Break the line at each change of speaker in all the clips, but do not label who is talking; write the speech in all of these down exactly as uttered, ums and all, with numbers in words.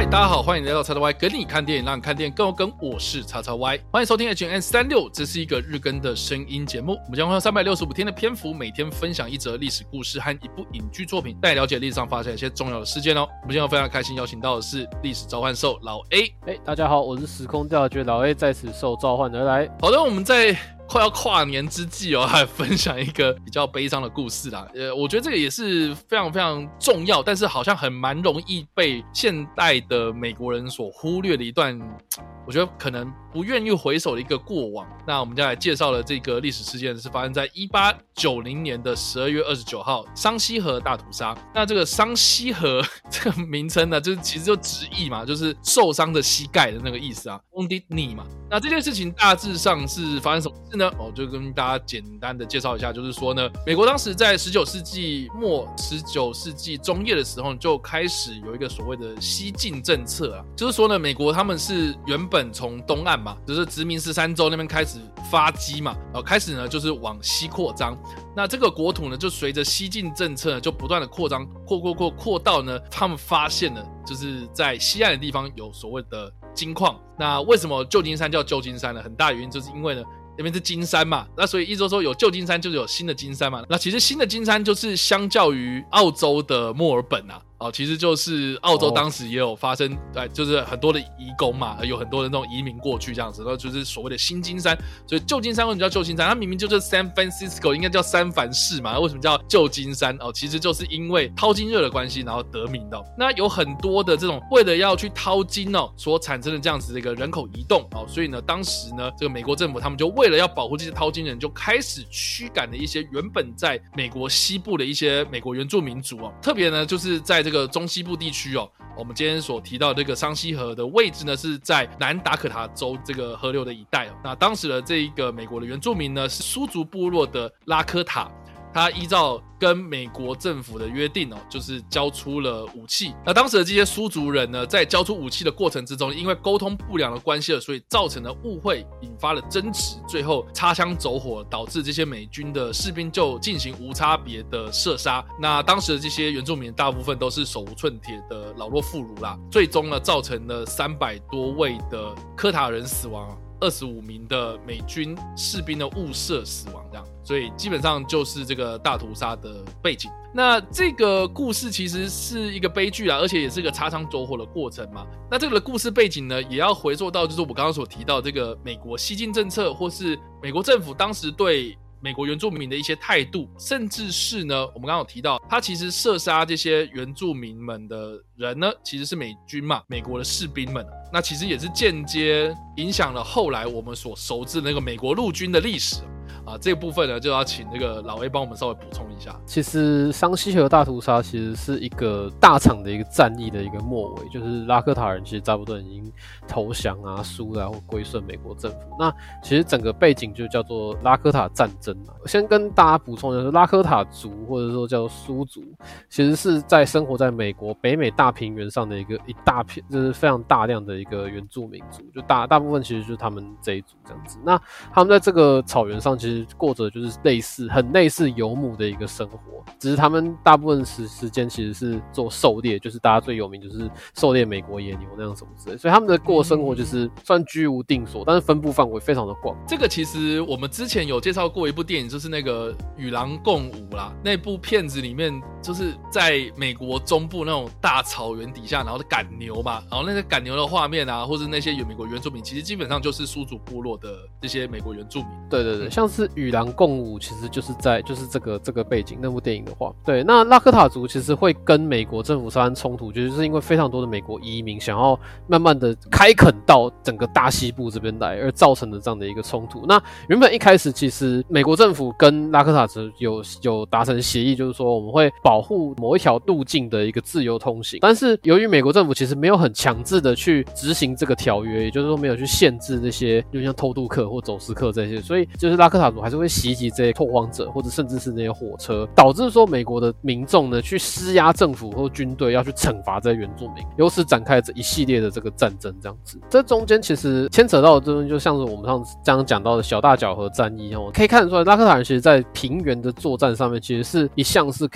大家好，欢迎来到叉叉 Y 跟你看电影，让你看电影更有梗。我是叉叉 Y， 欢迎收听 H N 三六，这是一个日更的声音节目。我们将会用三百六十五天的篇幅，每天分享一则历史故事和一部影剧作品，带你了解历史上发生一些重要的事件哦。我们今天非常开心邀请到的是历史召唤兽老 A。
哎，大家好，我是时空调觉老 A， 在此受召唤而来。
好的，我们在快要跨年之际哦，还分享一个比较悲伤的故事啦。呃，我觉得这个也是非常非常重要，但是好像很蛮容易被现代的美国人所忽略的一段，我觉得可能不愿意回首的一个过往。那我们将来介绍的这个历史事件是发生在一八九零年的十二月二十九号，桑溪河大屠杀。那这个桑溪河这个名称呢，就是其实就直译嘛，就是受伤的膝盖的那个意思啊 ，wounded knee 嘛。那这件事情大致上是发生什么事呢？哦，就跟大家简单的介绍一下，就是说呢，美国当时在十九世纪末、十九世纪中叶的时候，就开始有一个所谓的西进政策啊，就是说呢，美国他们是原本从东岸嘛，就是殖民十三州那边开始发迹嘛，然后开始呢就是往西扩张。那这个国土呢，就随着西进政策呢，就不断的扩张，扩扩扩扩到呢，他们发现了就是在西岸的地方有所谓的金矿。那为什么旧金山叫旧金山呢？很大原因就是因为呢，那边是金山嘛，那所以意思说有旧金山就是有新的金山嘛。那其实新的金山就是相较于澳洲的墨尔本啊，哦，其实就是澳洲当时也有发生，哎、oh. ，就是很多的移工嘛，有很多的那种移民过去这样子，然后就是所谓的新金山。所以旧金山为什么叫旧金山？它明明就是 San Francisco， 应该叫三藩市嘛，为什么叫旧金山？哦，其实就是因为淘金热的关系，然后得名的、哦。那有很多的这种为了要去淘金哦，所产生的这样子的一个人口移动哦，所以呢，当时呢，这个美国政府他们就为了要保护这些淘金人，就开始驱赶了一些原本在美国西部的一些美国原住民族哦，特别呢就是在这个中西部地区哦，我们今天所提到的这个桑溪河的位置呢，是在南达科他州这个河流的一带哦。那当时的这一个美国的原住民呢，是苏族部落的拉科塔。他依照跟美国政府的约定哦，就是交出了武器。那当时的这些苏族人呢，在交出武器的过程之中，因为沟通不良的关系了，所以造成了误会，引发了争执，最后擦枪走火，导致这些美军的士兵就进行无差别的射杀。那当时的这些原住民大部分都是手无寸铁的老弱妇孺啦，最终呢，造成了三百多位的科塔人死亡，二十五名的美军士兵的误射死亡，这样，所以基本上就是这个大屠杀的背景。那这个故事其实是一个悲剧啦，而且也是一个擦枪走火的过程嘛。那这个的故事背景呢，也要回溯到就是我刚刚所提到这个美国西进政策，或是美国政府当时对美国原住民的一些态度，甚至是呢，我们刚刚有提到，他其实射杀这些原住民们的人呢，其实是美军嘛，美国的士兵们。那其实也是间接影响了后来我们所熟知的那个美国陆军的历史啊。这个部分呢，就要请那个老 A 帮我们稍微补充一下。
其实桑溪河大屠杀其实是一个大场的一个战役的一个末尾，就是拉科塔人其实大部分已经投降啊、输了、啊、或归顺美国政府。那其实整个背景就叫做拉科塔战争啊。我先跟大家补充的是，拉科塔族或者说叫苏族，其实是在生活在美国北美大平原上的一个一大片，就是非常大量的一个原住民族，就大大部分其实就是他们这一族这样子。那他们在这个草原上其实过着就是类似很类似游牧的一个生活，只是他们大部分时时间其实是做狩猎，就是大家最有名就是狩猎美国野牛那样什么之类，所以他们的过生活就是算居无定所，但是分布范围非常的广。
这个其实我们之前有介绍过一部电影，就是那个与狼共舞啦，那部片子里面就是在美国中部那种大草原底下，然后赶牛嘛，然后那个赶牛的画面啊，或者那些美国原住民，其实基本上就是苏族部落的这些美国原住民。
对对对，像是与狼共舞，其实就是在就是这个这个背景那部电影的话，对，那拉科塔族其实会跟美国政府发生冲突，就是因为非常多的美国移民想要慢慢的开垦到整个大西部这边来，而造成的这样的一个冲突。那原本一开始其实美国政府跟拉科塔族有有达成协议，就是说我们会保护某一条路径的一个自由通行，但是由于美国政府其实没有很强制的去执行这个条约，也就是说没有去限制这些就像偷渡客或走私客这些，所以就是拉科塔族还是会袭击这些拓荒者，或者甚至是那些火车，导致说美国的民众呢去施压政府或军队要去惩罚这些原住民，由此展开这一系列的这个战争这样子。这中间其实牵扯到的这就像是我们上次刚刚讲到的小大角河战役哦，可以看得出来拉科塔人其实在平原的作战上面其实是一向是可以引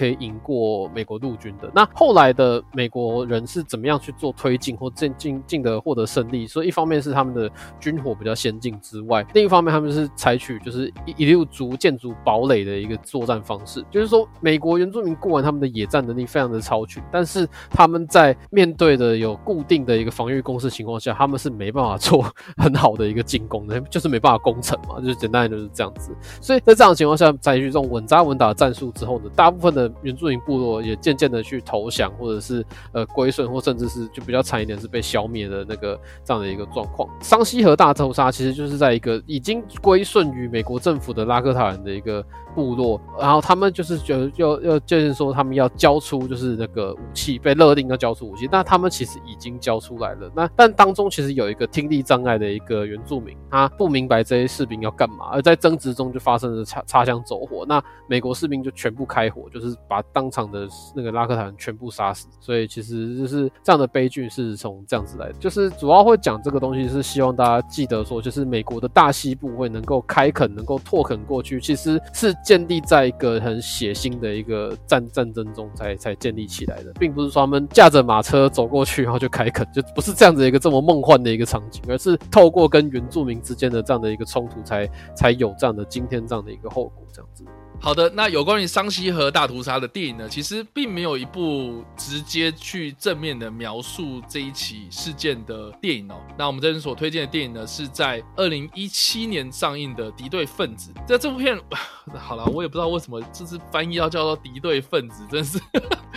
过美国陆军的。那后来的美国人是怎么样去做推进或进进进的获得胜利？所以一方面是他们的军火比较先进之外，另一方面他们是采取就是一路逐建筑堡垒的一个作战方式，就是说美国原住民固然他们的野战能力非常的超群，但是他们在面对的有固定的一个防御工事情况下，他们是没办法做很好的一个进攻的，就是没办法攻城嘛，就是简单的就是这样子。所以在这样的情况下，采取这种稳扎稳打的战术之后呢，大部分的原住民部落也渐渐的去投降，或者是呃归顺，或甚至是就比较惨一点是被消灭的那个这样的一个状况。桑西河大屠杀其实就是在一个已经归顺于美国政府的拉克塔人的一个部落，然后他们就是就要要就是说他们要交出就是那个武器，被勒令要交出武器，那他们其实已经交出来了。那但当中其实有一个听力障碍的一个原住民，他不明白这些士兵要干嘛，而在争执中就发生了擦擦枪走火，那美国士兵就全部开火，就是把当场的那个拉克塔人全部杀死。所以其实就是这样的悲剧是从这样子来的，就是主要会讲这个东西是希望大家记得说，就是美国的大西部会能够开垦，能够拓垦过去，其实是建立在一个很血腥的一个战战争中才才建立起来的，并不是说他们驾着马车走过去然后就开垦，就不是这样子一个这么梦幻的一个场景，而是透过跟原住民之间的这样的一个冲突才才有这样的今天这样的一个后果这样子。
好的，那有关于桑西河大屠杀的电影呢，其实并没有一部直接去正面的描述这一起事件的电影哦。那我们这边所推荐的电影呢，是在二零一七年上映的《敌对分子》。在这部片，好了，我也不知道为什么这次翻译要叫做敌对分子，真是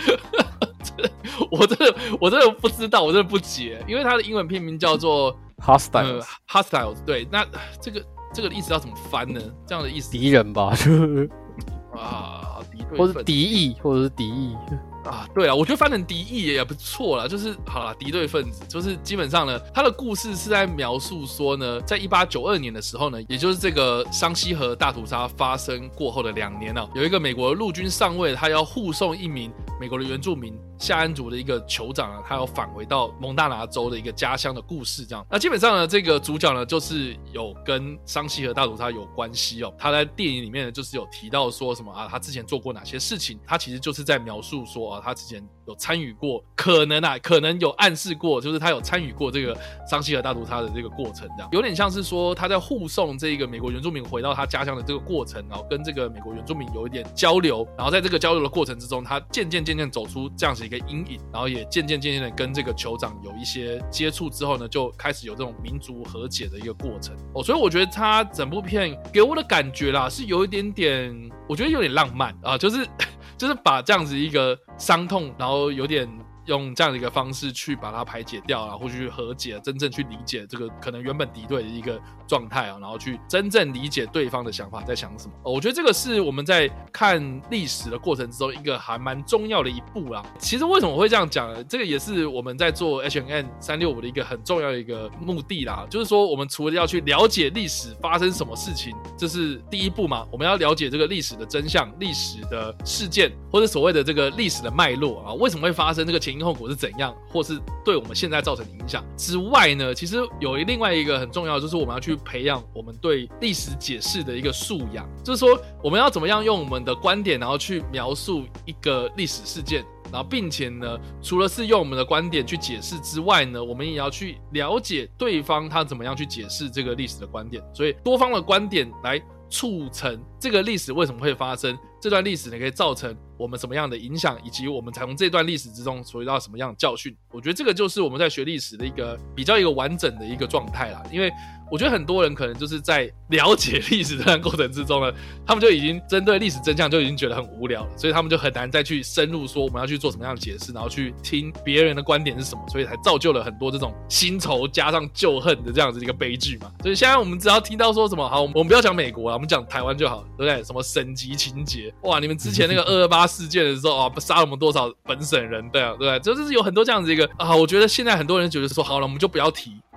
我真的我真的不知道，我真的不解，因为它的英文片名叫做
Hostiles、呃、
Hostiles， 对，那这个这个意思要怎么翻呢？这样的意思，
敌人吧，
啊，敌对分子，
或是敌意，或者是敌意。
啊，对啊，我觉得翻成敌意也不错啦，就是好啦，敌对分子，就是基本上呢，他的故事是在描述说呢，在一八九二年的时候呢，也就是这个桑西河大屠杀发生过后的两年啊，有一个美国陆军上尉，他要护送一名美国的原住民夏安族的一个酋长啊，他要返回到蒙大拿州的一个家乡的故事，这样。那基本上呢，这个主角呢，就是有跟桑西河大屠杀有关系哦。他在电影里面呢，就是有提到说什么啊，他之前做过哪些事情，他其实就是在描述说啊，他之前有参与过，可能啊，可能有暗示过，就是他有参与过这个桑西河大屠杀的这个过程，这样有点像是说他在护送这个美国原住民回到他家乡的这个过程，然后跟这个美国原住民有一点交流，然后在这个交流的过程之中，他渐渐渐渐走出这样子一个阴影，然后也渐渐渐渐的跟这个酋长有一些接触之后呢，就开始有这种民族和解的一个过程哦。所以我觉得他整部片给我的感觉啦，是有一点点，我觉得有点浪漫啊，就是就是把这样子一个伤痛，然后有点用这样的一个方式去把它排解掉啊，或去和解，真正去理解这个可能原本敌对的一个状态啊，然后去真正理解对方的想法在想什么。哦，我觉得这个是我们在看历史的过程之中一个还蛮重要的一步啦。其实为什么我会这样讲呢？这个也是我们在做 H N N 三六五的一个很重要的一个目的啦，就是说我们除了要去了解历史发生什么事情，这是第一步嘛，我们要了解这个历史的真相、历史的事件，或者所谓的这个历史的脉络啊，为什么会发生，这个前因后果是怎样，或是对我们现在造成的影响之外呢，其实有另外一个很重要的，就是我们要去培养我们对历史解释的一个素养，就是说我们要怎么样用我们的观点，然后去描述一个历史事件，然后并且呢，除了是用我们的观点去解释之外呢，我们也要去了解对方他怎么样去解释这个历史的观点，所以多方的观点来促成这个历史为什么会发生，这段历史呢可以造成我们什么样的影响，以及我们从这段历史之中所学到什么样的教训。我觉得这个就是我们在学历史的一个比较一个完整的一个状态啦。因为我觉得很多人可能就是在了解历史这段过程之中呢，他们就已经针对历史真相就已经觉得很无聊了，所以他们就很难再去深入说我们要去做什么样的解释，然后去听别人的观点是什么，所以才造就了很多这种新仇加上旧恨的这样子一个悲剧嘛。所以现在我们只要听到说什么好，我们不要讲美国啦，我们讲台湾就好，对不对？什么省级情节，哇，你们之前那个二二八事件的时候啊，杀了我们多少本省人，对啊，对不对？就是有很多这样子一个啊，我觉得现在很多人觉得说好了，我们就不要提，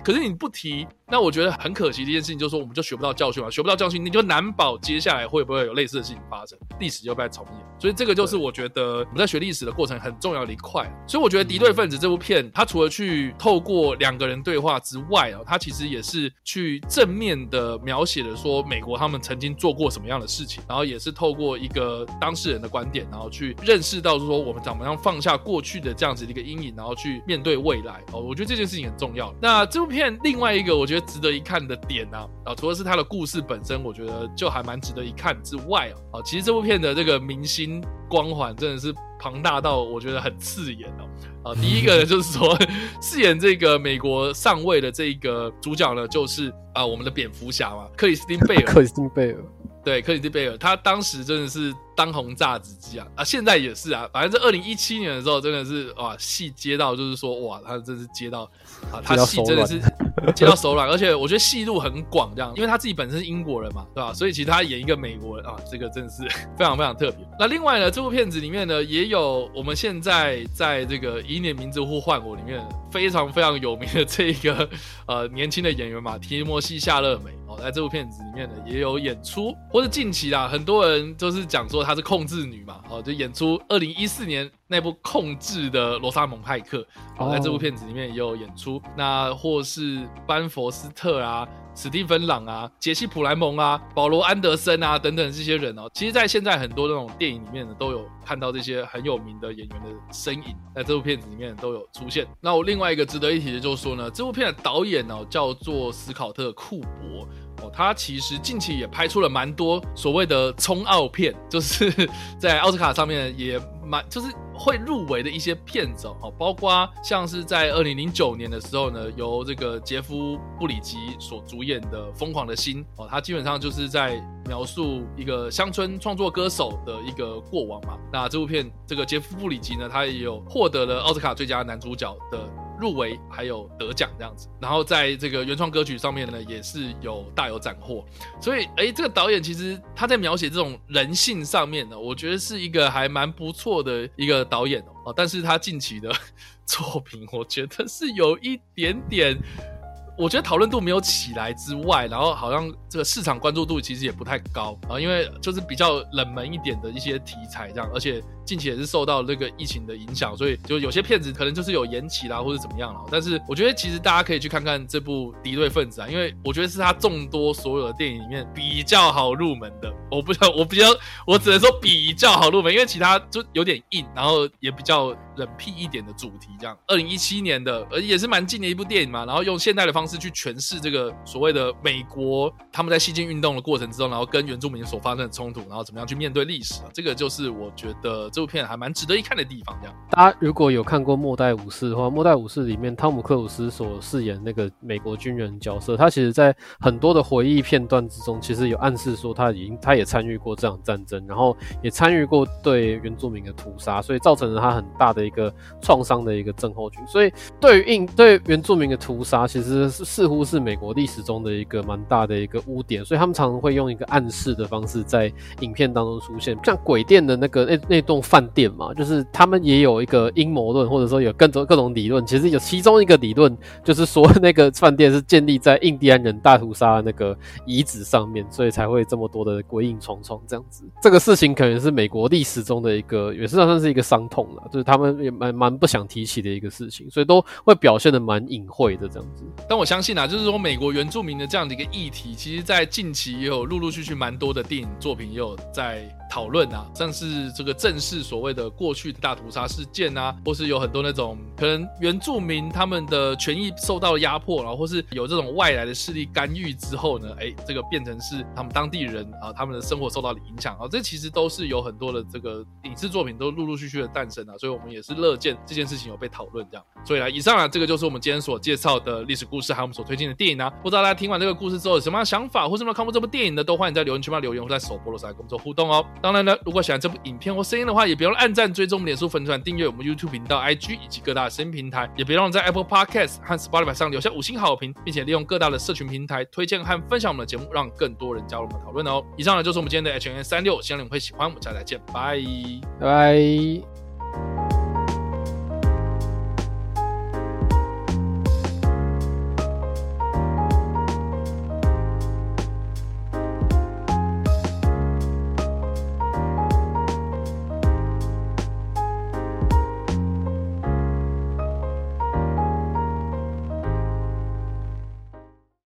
可是你不提，那我觉得很可惜的一件事情就是说，我们就学不到教训嘛，学不到教训，你就难保接下来会不会有类似的事情发生，历史就被重演。所以这个就是我觉得我们在学历史的过程很重要的一块。所以我觉得《敌对分子》这部片，它除了去透过两个人对话之外，它其实也是去正面的描写了说美国他们曾经做过什么样的事情，然后也是透过一个当事人的观点，然后去认识到说我们怎么样放下过去的这样子的一个阴影，然后去面对未来。我觉得这件事情很重要。那这部片另外一个我觉得值得一看的点啊，除了是它的故事本身我觉得就还蛮值得一看之外啊，其实这部片的这个明星光环真的是庞大到我觉得很刺眼哦。啊，第一个呢就是说饰演这个美国上尉的这一个主角呢，就是啊我们的蝙蝠侠嘛，克里斯汀贝尔。
克里斯汀贝尔，
对，克里斯汀贝尔，他当时真的是当红炸子鸡啊，啊，现在也是啊。反正在二零一七年的时候，真的是哇，戏接到就是说哇，他真是接到啊，他戏真的是接到手软，而且我觉得戏路很广，这样，因为他自己本身是英国人嘛，对吧？所以其实他演一个美国人啊，这个真的是非常非常特别。那另外呢，这部片子里面呢，也有我们现在在这个《以你的名字呼唤我》里面非常非常有名的这个呃年轻的演员嘛，提摩西·夏勒梅哦，在这部片子里面呢也有演出，或是近期啦，很多人都是讲说她是控制女嘛，哦，就演出二零一四年那部控制的罗莎蒙派克，哦，在这部片子里面也有演出。那或是班佛斯特啊、史蒂芬朗啊、杰西普莱蒙啊、保罗安德森啊等等这些人哦，其实在现在很多那种电影里面呢都有看到这些很有名的演员的身影，在这部片子里面都有出现。那我另外一个值得一提的就是说呢，这部片的导演哦叫做史考特·库珀。哦，他其实近期也拍出了蛮多所谓的冲奥片，就是在奥斯卡上面也蛮就是会入围的一些片子哦，包括像是在二零零九年的时候呢，由这个杰夫·布里吉所主演的《疯狂的心》哦，他基本上就是在描述一个乡村创作歌手的一个过往嘛。那这部片这个杰夫·布里吉呢，他也有获得了奥斯卡最佳男主角的入围还有得奖这样子，然后在这个原创歌曲上面呢也是有大有斩获，所以哎，这个导演其实他在描写这种人性上面呢，我觉得是一个还蛮不错的一个导演哦，但是他近期的作品我觉得是有一点点我觉得讨论度没有起来之外，然后好像这个市场关注度其实也不太高啊，因为就是比较冷门一点的一些题材这样，而且近期也是受到这个疫情的影响，所以就有些片子可能就是有延期啦或者怎么样啦。但是我觉得其实大家可以去看看这部《敌对分子》啊，因为我觉得是他众多所有的电影里面比较好入门的。我不知道，我比较，我只能说比较好入门，因为其他就有点硬，然后也比较冷僻一点的主题这样。二零一七年的，而也是蛮近的一部电影嘛，然后用现代的方式去诠释这个所谓的美国他们在西进运动的过程之中，然后跟原住民所发生的冲突，然后怎么样去面对历史啊，这个就是我觉得这部片还蛮值得一看的地方。这样，
大家如果有看过《末代武士》的话，《末代武士》里面汤姆克鲁斯所饰演那个美国军人角色，他其实在很多的回忆片段之中，其实有暗示说他已经他也参与过这场战争，然后也参与过对原住民的屠杀，所以造成了他很大的一个创伤的一个症候群。所以对于印对原住民的屠杀，其实似乎是美国历史中的一个蛮大的一个污点，所以他们常常会用一个暗示的方式在影片当中出现，像鬼店的那个那那栋饭店嘛，就是他们也有一个阴谋论，或者说有各种各种理论。其实有其中一个理论就是说，那个饭店是建立在印第安人大屠杀的那个遗址上面，所以才会这么多的鬼影重重这样子。这个事情可能是美国历史中的一个，也是算是一个伤痛啦，就是他们也蛮蛮不想提起的一个事情，所以都会表现得蛮隐晦的这样子。
但我相信啊，就是说美国原住民的这样的一个议题，其实在近期也有陆陆续续蛮多的电影作品也有在讨论啊，像是这个正视所谓的过去的大屠杀事件啊，或是有很多那种可能原住民他们的权益受到压迫，然后或是有这种外来的势力干预之后呢，哎，这个变成是他们当地人啊，他们的生活受到了影响啊，这其实都是有很多的这个影视作品都陆陆续续的诞生啊，所以我们也是乐见这件事情有被讨论这样。所以呢，以上啊，这个就是我们今天所介绍的历史故事，还有我们所推荐的电影啊。不知道大家听完这个故事之后有什么样的想法，或是有没有看过这部电影呢？都欢迎在留言区留言，或在首播的时候来跟我们做互动哦。当然呢，如果喜欢这部影片或声音的话，也别忘了按赞、追踪我们脸书粉团、订阅我们 YouTube 频道、I G 以及各大的声音平台，也别忘了在 Apple Podcast 和 Spotify 上留下五星好评，并且利用各大的社群平台推荐和分享我们的节目，让更多人加入我们的讨论哦。以上呢就是我们今天的 H N N 三六，希望你们会喜欢，我们下次再见，拜
拜拜。